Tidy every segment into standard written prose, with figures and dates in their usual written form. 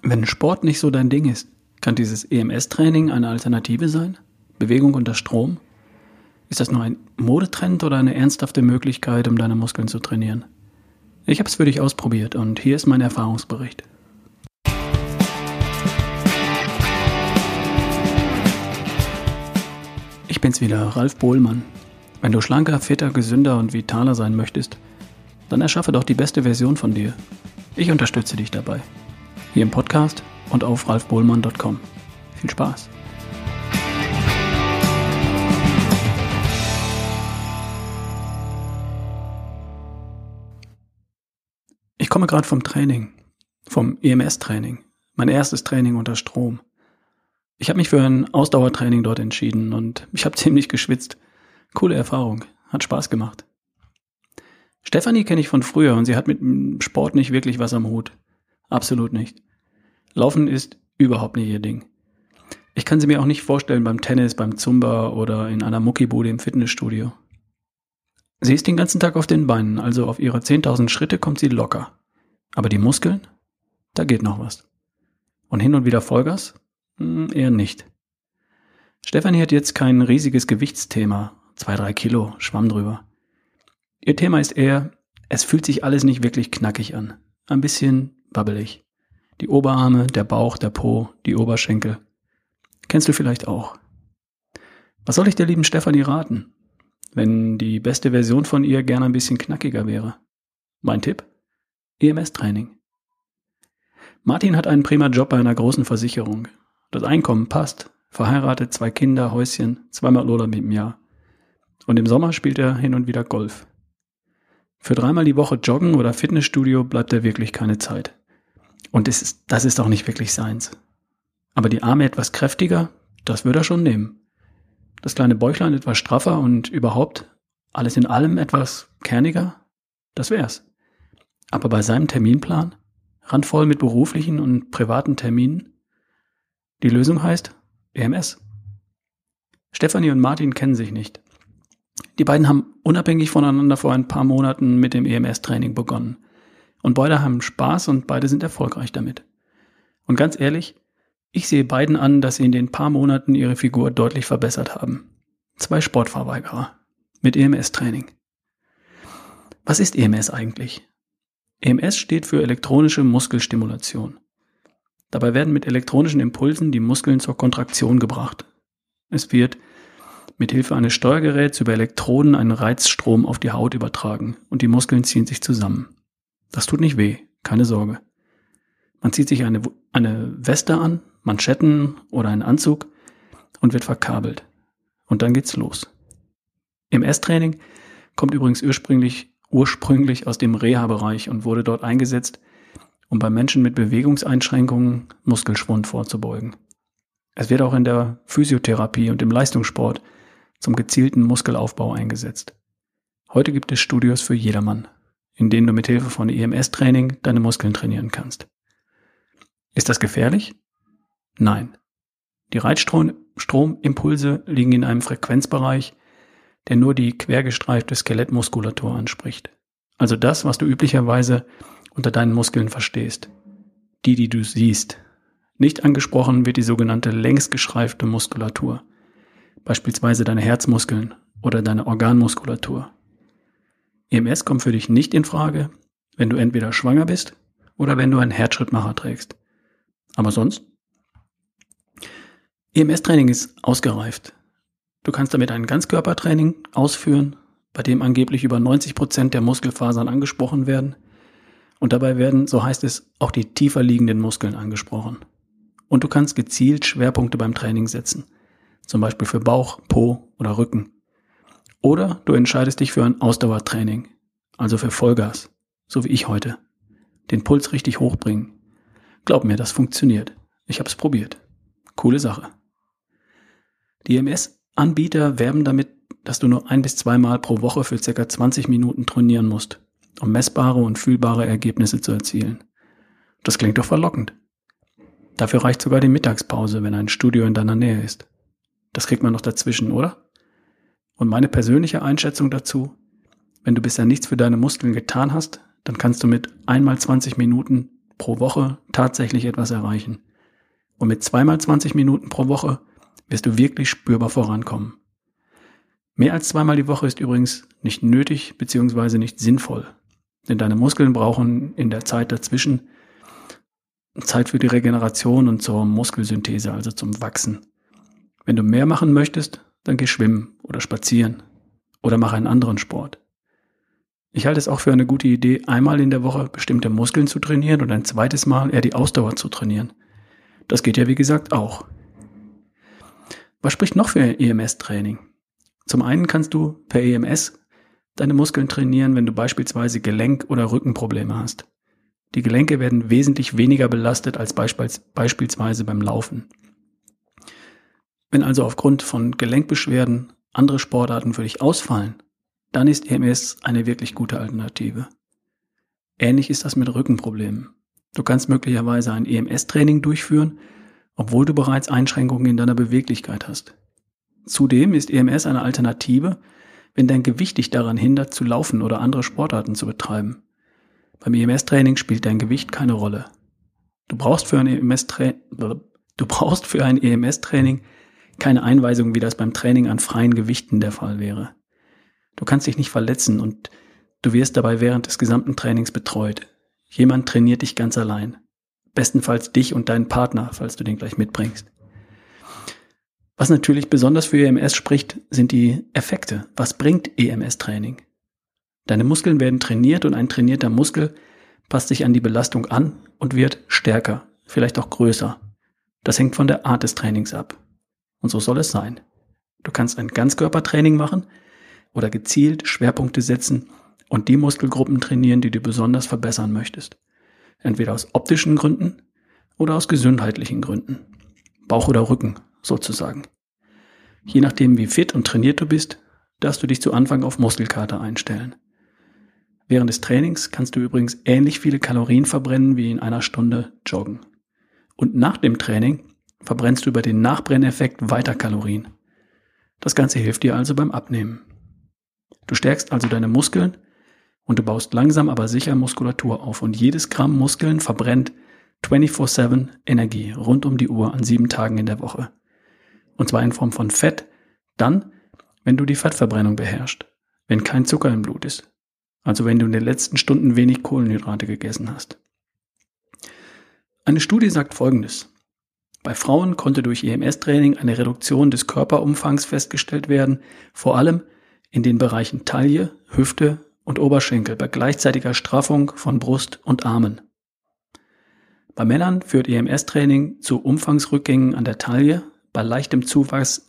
Wenn Sport nicht so dein Ding ist, kann dieses EMS-Training eine Alternative sein? Bewegung unter Strom? Ist das nur ein Modetrend oder eine ernsthafte Möglichkeit, um deine Muskeln zu trainieren? Ich habe es für dich ausprobiert und hier ist mein Erfahrungsbericht. Ich bin's wieder, Ralf Bohlmann. Wenn du schlanker, fitter, gesünder und vitaler sein möchtest, dann erschaffe doch die beste Version von dir. Ich unterstütze dich dabei. Hier im Podcast und auf ralfbohlmann.com. Viel Spaß! Ich komme gerade vom Training, vom EMS-Training, mein erstes Training unter Strom. Ich habe mich für ein Ausdauertraining dort entschieden und ich habe ziemlich geschwitzt. Coole Erfahrung, hat Spaß gemacht. Stefanie kenne ich von früher und sie hat mit dem Sport nicht wirklich was am Hut. Absolut nicht. Laufen ist überhaupt nicht ihr Ding. Ich kann sie mir auch nicht vorstellen beim Tennis, beim Zumba oder in einer Muckibude im Fitnessstudio. Sie ist den ganzen Tag auf den Beinen, also auf ihre 10.000 Schritte kommt sie locker. Aber die Muskeln? Da geht noch was. Und hin und wieder Vollgas? Eher nicht. Stefanie hat jetzt kein riesiges Gewichtsthema, 2-3 Kilo, Schwamm drüber. Ihr Thema ist eher, es fühlt sich alles nicht wirklich knackig an. Ein bisschen wabbelig. Die Oberarme, der Bauch, der Po, die Oberschenkel. Kennst du vielleicht auch. Was soll ich der lieben Stefanie raten, wenn die beste Version von ihr gerne ein bisschen knackiger wäre? Mein Tipp? EMS-Training. Martin hat einen prima Job bei einer großen Versicherung. Das Einkommen passt. Verheiratet, 2 Kinder, Häuschen, 2-mal Urlaub im Jahr. Und im Sommer spielt er hin und wieder Golf. Für 3-mal die Woche Joggen oder Fitnessstudio bleibt er wirklich keine Zeit. Und das ist auch nicht wirklich seins. Aber die Arme etwas kräftiger, das würde er schon nehmen. Das kleine Bäuchlein etwas straffer und überhaupt alles in allem etwas kerniger, das wär's. Aber bei seinem Terminplan, randvoll mit beruflichen und privaten Terminen, die Lösung heißt EMS. Stefanie und Martin kennen sich nicht. Die beiden haben unabhängig voneinander vor ein paar Monaten mit dem EMS-Training begonnen. Und beide haben Spaß und beide sind erfolgreich damit. Und ganz ehrlich, ich sehe beiden an, dass sie in den paar Monaten ihre Figur deutlich verbessert haben. 2 Sportverweigerer mit EMS-Training. Was ist EMS eigentlich? EMS steht für elektronische Muskelstimulation. Dabei werden mit elektronischen Impulsen die Muskeln zur Kontraktion gebracht. Es wird mit Hilfe eines Steuergeräts über Elektroden einen Reizstrom auf die Haut übertragen und die Muskeln ziehen sich zusammen. Das tut nicht weh, keine Sorge. Man zieht sich eine Weste an, Manschetten oder einen Anzug und wird verkabelt. Und dann geht's los. EMS-Training kommt übrigens ursprünglich aus dem Reha-Bereich und wurde dort eingesetzt, um bei Menschen mit Bewegungseinschränkungen Muskelschwund vorzubeugen. Es wird auch in der Physiotherapie und im Leistungssport zum gezielten Muskelaufbau eingesetzt. Heute gibt es Studios für jedermann, in denen du mit Hilfe von EMS-Training deine Muskeln trainieren kannst. Ist das gefährlich? Nein. Die Reizstromimpulse liegen in einem Frequenzbereich, der nur die quergestreifte Skelettmuskulatur anspricht. Also das, was du üblicherweise unter deinen Muskeln verstehst. Die du siehst. Nicht angesprochen wird die sogenannte längsgeschreifte Muskulatur. Beispielsweise deine Herzmuskeln oder deine Organmuskulatur. EMS kommt für dich nicht in Frage, wenn du entweder schwanger bist oder wenn du einen Herzschrittmacher trägst. Aber sonst? EMS-Training ist ausgereift. Du kannst damit ein Ganzkörpertraining ausführen, bei dem angeblich über 90% der Muskelfasern angesprochen werden. Und dabei werden, so heißt es, auch die tiefer liegenden Muskeln angesprochen. Und du kannst gezielt Schwerpunkte beim Training setzen. Zum Beispiel für Bauch, Po oder Rücken. Oder du entscheidest dich für ein Ausdauertraining, also für Vollgas, so wie ich heute. Den Puls richtig hochbringen. Glaub mir, das funktioniert. Ich hab's probiert. Coole Sache. Die EMS-Anbieter werben damit, dass du nur 1- bis 2-mal pro Woche für ca. 20 Minuten trainieren musst, um messbare und fühlbare Ergebnisse zu erzielen. Das klingt doch verlockend. Dafür reicht sogar die Mittagspause, wenn ein Studio in deiner Nähe ist. Das kriegt man noch dazwischen, oder? Und meine persönliche Einschätzung dazu, wenn du bisher nichts für deine Muskeln getan hast, dann kannst du mit 1 mal 20 Minuten pro Woche tatsächlich etwas erreichen. Und mit 2x20 Minuten pro Woche wirst du wirklich spürbar vorankommen. Mehr als 2-mal die Woche ist übrigens nicht nötig bzw. nicht sinnvoll. Denn deine Muskeln brauchen in der Zeit dazwischen Zeit für die Regeneration und zur Muskelsynthese, also zum Wachsen. Wenn du mehr machen möchtest, dann geh schwimmen oder spazieren oder mach einen anderen Sport. Ich halte es auch für eine gute Idee, einmal in der Woche bestimmte Muskeln zu trainieren und ein zweites Mal eher die Ausdauer zu trainieren. Das geht ja wie gesagt auch. Was spricht noch für EMS-Training? Zum einen kannst du per EMS deine Muskeln trainieren, wenn du beispielsweise Gelenk- oder Rückenprobleme hast. Die Gelenke werden wesentlich weniger belastet als beispielsweise beim Laufen. Wenn also aufgrund von Gelenkbeschwerden andere Sportarten für dich ausfallen, dann ist EMS eine wirklich gute Alternative. Ähnlich ist das mit Rückenproblemen. Du kannst möglicherweise ein EMS-Training durchführen, obwohl du bereits Einschränkungen in deiner Beweglichkeit hast. Zudem ist EMS eine Alternative, wenn dein Gewicht dich daran hindert, zu laufen oder andere Sportarten zu betreiben. Beim EMS-Training spielt dein Gewicht keine Rolle. Du brauchst für ein EMS-Training keine Einweisung, wie das beim Training an freien Gewichten der Fall wäre. Du kannst dich nicht verletzen und du wirst dabei während des gesamten Trainings betreut. Jemand trainiert dich ganz allein. Bestenfalls dich und deinen Partner, falls du den gleich mitbringst. Was natürlich besonders für EMS spricht, sind die Effekte. Was bringt EMS-Training? Deine Muskeln werden trainiert und ein trainierter Muskel passt sich an die Belastung an und wird stärker, vielleicht auch größer. Das hängt von der Art des Trainings ab. Und so soll es sein. Du kannst ein Ganzkörpertraining machen oder gezielt Schwerpunkte setzen und die Muskelgruppen trainieren, die du besonders verbessern möchtest. Entweder aus optischen Gründen oder aus gesundheitlichen Gründen. Bauch oder Rücken sozusagen. Je nachdem, wie fit und trainiert du bist, darfst du dich zu Anfang auf Muskelkater einstellen. Während des Trainings kannst du übrigens ähnlich viele Kalorien verbrennen wie in einer Stunde joggen. Und nach dem Training verbrennst du über den Nachbrenneffekt weiter Kalorien. Das Ganze hilft dir also beim Abnehmen. Du stärkst also deine Muskeln und du baust langsam aber sicher Muskulatur auf und jedes Gramm Muskeln verbrennt 24/7 Energie rund um die Uhr an 7 Tagen in der Woche. Und zwar in Form von Fett, dann, wenn du die Fettverbrennung beherrschst, wenn kein Zucker im Blut ist. Also wenn du in den letzten Stunden wenig Kohlenhydrate gegessen hast. Eine Studie sagt Folgendes. Bei Frauen konnte durch EMS-Training eine Reduktion des Körperumfangs festgestellt werden, vor allem in den Bereichen Taille, Hüfte und Oberschenkel bei gleichzeitiger Straffung von Brust und Armen. Bei Männern führt EMS-Training zu Umfangsrückgängen an der Taille bei leichtem Zuwachs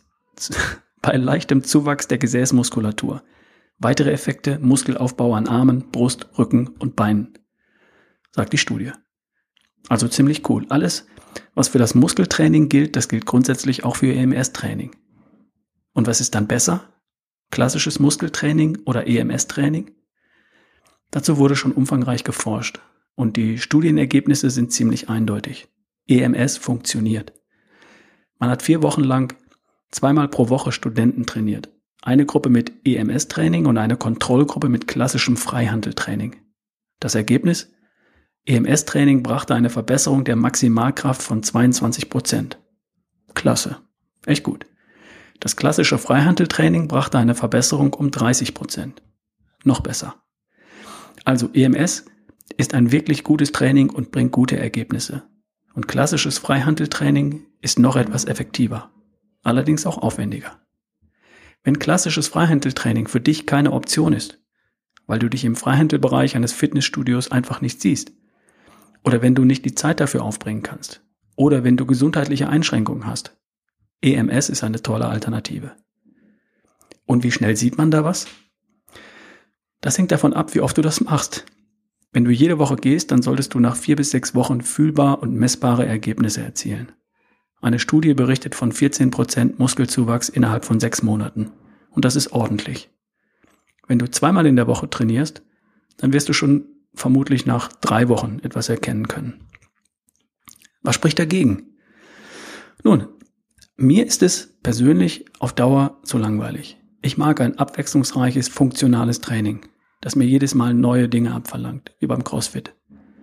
der Gesäßmuskulatur. Weitere Effekte, Muskelaufbau an Armen, Brust, Rücken und Beinen, sagt die Studie. Also ziemlich cool. Alles, was für das Muskeltraining gilt, das gilt grundsätzlich auch für EMS-Training. Und was ist dann besser? Klassisches Muskeltraining oder EMS-Training? Dazu wurde schon umfangreich geforscht und die Studienergebnisse sind ziemlich eindeutig. EMS funktioniert. Man hat 4 Wochen lang 2-mal pro Woche Studenten trainiert. Eine Gruppe mit EMS-Training und eine Kontrollgruppe mit klassischem Freihanteltraining. Das Ergebnis? EMS-Training brachte eine Verbesserung der Maximalkraft von 22%. Klasse. Echt gut. Das klassische Freihanteltraining brachte eine Verbesserung um 30%. Noch besser. Also EMS ist ein wirklich gutes Training und bringt gute Ergebnisse. Und klassisches Freihanteltraining ist noch etwas effektiver. Allerdings auch aufwendiger. Wenn klassisches Freihanteltraining für dich keine Option ist, weil du dich im Freihantelbereich eines Fitnessstudios einfach nicht siehst, oder wenn du nicht die Zeit dafür aufbringen kannst, oder wenn du gesundheitliche Einschränkungen hast, EMS ist eine tolle Alternative. Und wie schnell sieht man da was? Das hängt davon ab, wie oft du das machst. Wenn du jede Woche gehst, dann solltest du nach 4 bis 6 Wochen fühlbar und messbare Ergebnisse erzielen. Eine Studie berichtet von 14% Muskelzuwachs innerhalb von 6 Monaten. Und das ist ordentlich. Wenn du 2-mal in der Woche trainierst, dann wirst du schon vermutlich nach 3 Wochen etwas erkennen können. Was spricht dagegen? Nun, mir ist es persönlich auf Dauer zu langweilig. Ich mag ein abwechslungsreiches, funktionales Training, das mir jedes Mal neue Dinge abverlangt, wie beim CrossFit.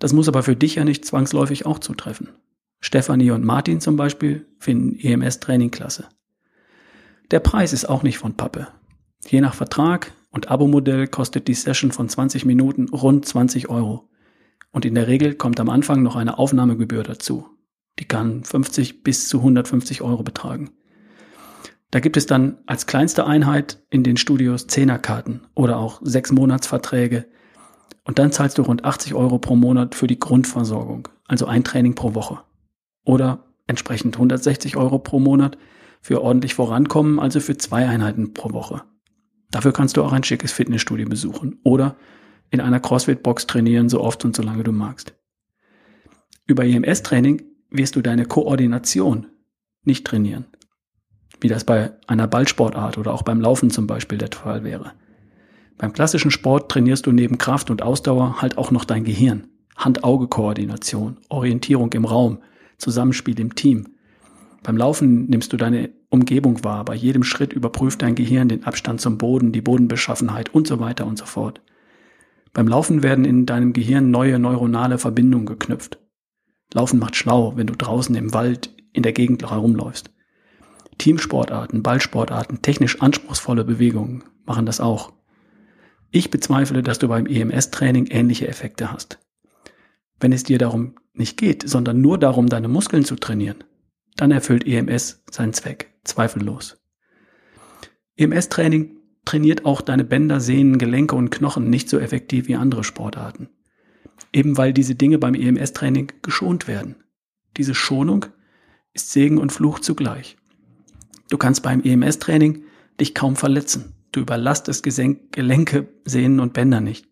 Das muss aber für dich ja nicht zwangsläufig auch zutreffen. Stefanie und Martin zum Beispiel finden EMS-Training klasse. Der Preis ist auch nicht von Pappe. Je nach Vertrag und Abo-Modell kostet die Session von 20 Minuten rund 20 €. Und in der Regel kommt am Anfang noch eine Aufnahmegebühr dazu. Die kann 50 bis zu 150 € betragen. Da gibt es dann als kleinste Einheit in den Studios 10er-Karten oder auch 6-Monats-Verträge. Und dann zahlst du rund 80 € pro Monat für die Grundversorgung, also ein Training pro Woche. Oder entsprechend 160 € pro Monat für ordentlich vorankommen, also für 2 Einheiten pro Woche. Dafür kannst du auch ein schickes Fitnessstudio besuchen oder in einer CrossFit-Box trainieren, so oft und so lange du magst. Über EMS-Training wirst du deine Koordination nicht trainieren, wie das bei einer Ballsportart oder auch beim Laufen zum Beispiel der Fall wäre. Beim klassischen Sport trainierst du neben Kraft und Ausdauer halt auch noch dein Gehirn, Hand-Auge-Koordination, Orientierung im Raum, Zusammenspiel im Team. Beim Laufen nimmst du deine Umgebung wahr, bei jedem Schritt überprüft dein Gehirn den Abstand zum Boden, die Bodenbeschaffenheit und so weiter und so fort. Beim Laufen werden in deinem Gehirn neue neuronale Verbindungen geknüpft. Laufen macht schlau, wenn du draußen im Wald in der Gegend herumläufst. Teamsportarten, Ballsportarten, technisch anspruchsvolle Bewegungen machen das auch. Ich bezweifle, dass du beim EMS-Training ähnliche Effekte hast. Wenn es dir darum nicht geht, sondern nur darum, deine Muskeln zu trainieren, dann erfüllt EMS seinen Zweck, zweifellos. EMS-Training trainiert auch deine Bänder, Sehnen, Gelenke und Knochen nicht so effektiv wie andere Sportarten. Eben weil diese Dinge beim EMS-Training geschont werden. Diese Schonung ist Segen und Fluch zugleich. Du kannst beim EMS-Training dich kaum verletzen. Du überlastest Gelenke, Sehnen und Bänder nicht.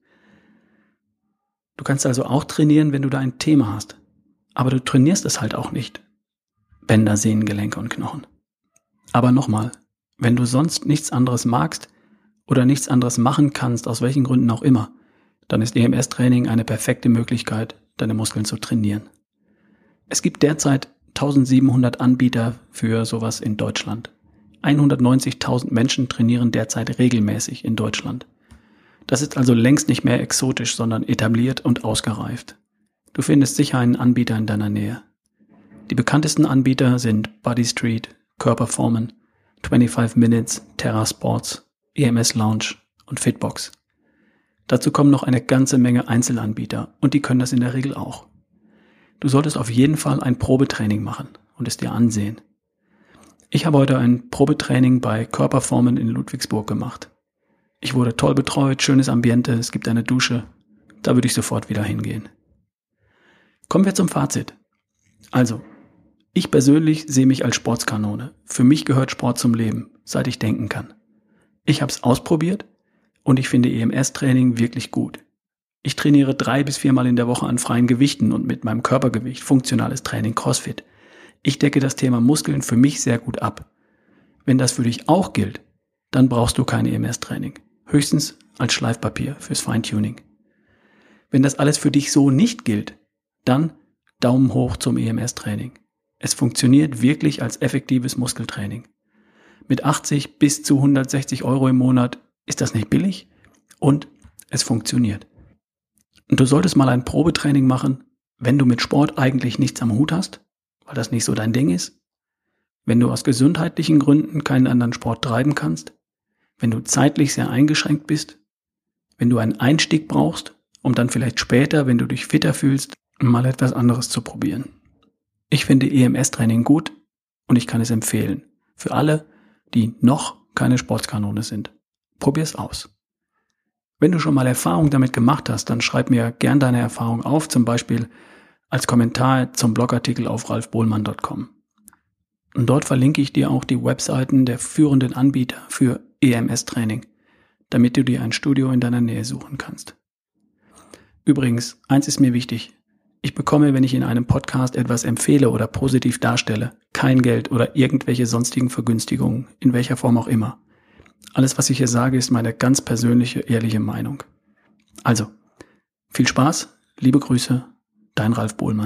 Du kannst also auch trainieren, wenn du da ein Thema hast. Aber du trainierst es halt auch nicht. Bänder, Sehnen, Gelenke und Knochen. Aber nochmal, wenn du sonst nichts anderes magst oder nichts anderes machen kannst, aus welchen Gründen auch immer, dann ist EMS-Training eine perfekte Möglichkeit, deine Muskeln zu trainieren. Es gibt derzeit 1700 Anbieter für sowas in Deutschland. 190.000 Menschen trainieren derzeit regelmäßig in Deutschland. Das ist also längst nicht mehr exotisch, sondern etabliert und ausgereift. Du findest sicher einen Anbieter in deiner Nähe. Die bekanntesten Anbieter sind Body Street, Körperformen, 25 Minutes, Terra Sports, EMS Lounge und Fitbox. Dazu kommen noch eine ganze Menge Einzelanbieter und die können das in der Regel auch. Du solltest auf jeden Fall ein Probetraining machen und es dir ansehen. Ich habe heute ein Probetraining bei Körperformen in Ludwigsburg gemacht. Ich wurde toll betreut, schönes Ambiente, es gibt eine Dusche. Da würde ich sofort wieder hingehen. Kommen wir zum Fazit. Also, ich persönlich sehe mich als Sportskanone. Für mich gehört Sport zum Leben, seit ich denken kann. Ich habe es ausprobiert und ich finde EMS-Training wirklich gut. Ich trainiere 3 bis 4 Mal in der Woche an freien Gewichten und mit meinem Körpergewicht, funktionales Training, CrossFit. Ich decke das Thema Muskeln für mich sehr gut ab. Wenn das für dich auch gilt, dann brauchst du kein EMS-Training. Höchstens als Schleifpapier fürs Feintuning. Wenn das alles für dich so nicht gilt, dann Daumen hoch zum EMS-Training. Es funktioniert wirklich als effektives Muskeltraining. Mit 80 bis zu 160 € im Monat ist das nicht billig und es funktioniert. Und du solltest mal ein Probetraining machen, wenn du mit Sport eigentlich nichts am Hut hast, weil das nicht so dein Ding ist, wenn du aus gesundheitlichen Gründen keinen anderen Sport treiben kannst, wenn du zeitlich sehr eingeschränkt bist, wenn du einen Einstieg brauchst, um dann vielleicht später, wenn du dich fitter fühlst, mal etwas anderes zu probieren. Ich finde EMS-Training gut und ich kann es empfehlen. Für alle, die noch keine Sportskanone sind. Probier's aus. Wenn du schon mal Erfahrung damit gemacht hast, dann schreib mir gern deine Erfahrung auf, zum Beispiel als Kommentar zum Blogartikel auf ralfbohlmann.com. Und dort verlinke ich dir auch die Webseiten der führenden Anbieter für EMS-Training, damit du dir ein Studio in deiner Nähe suchen kannst. Übrigens, eins ist mir wichtig. Ich bekomme, wenn ich in einem Podcast etwas empfehle oder positiv darstelle, kein Geld oder irgendwelche sonstigen Vergünstigungen, in welcher Form auch immer. Alles, was ich hier sage, ist meine ganz persönliche, ehrliche Meinung. Also, viel Spaß, liebe Grüße, dein Ralf Bohlmann.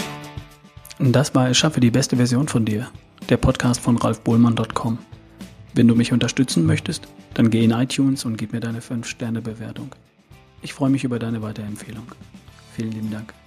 Das war Erschaffe die beste Version von dir, der Podcast von ralfbohlmann.com. Wenn du mich unterstützen möchtest, dann geh in iTunes und gib mir deine 5-Sterne-Bewertung. Ich freue mich über deine Weiterempfehlung. Vielen lieben Dank.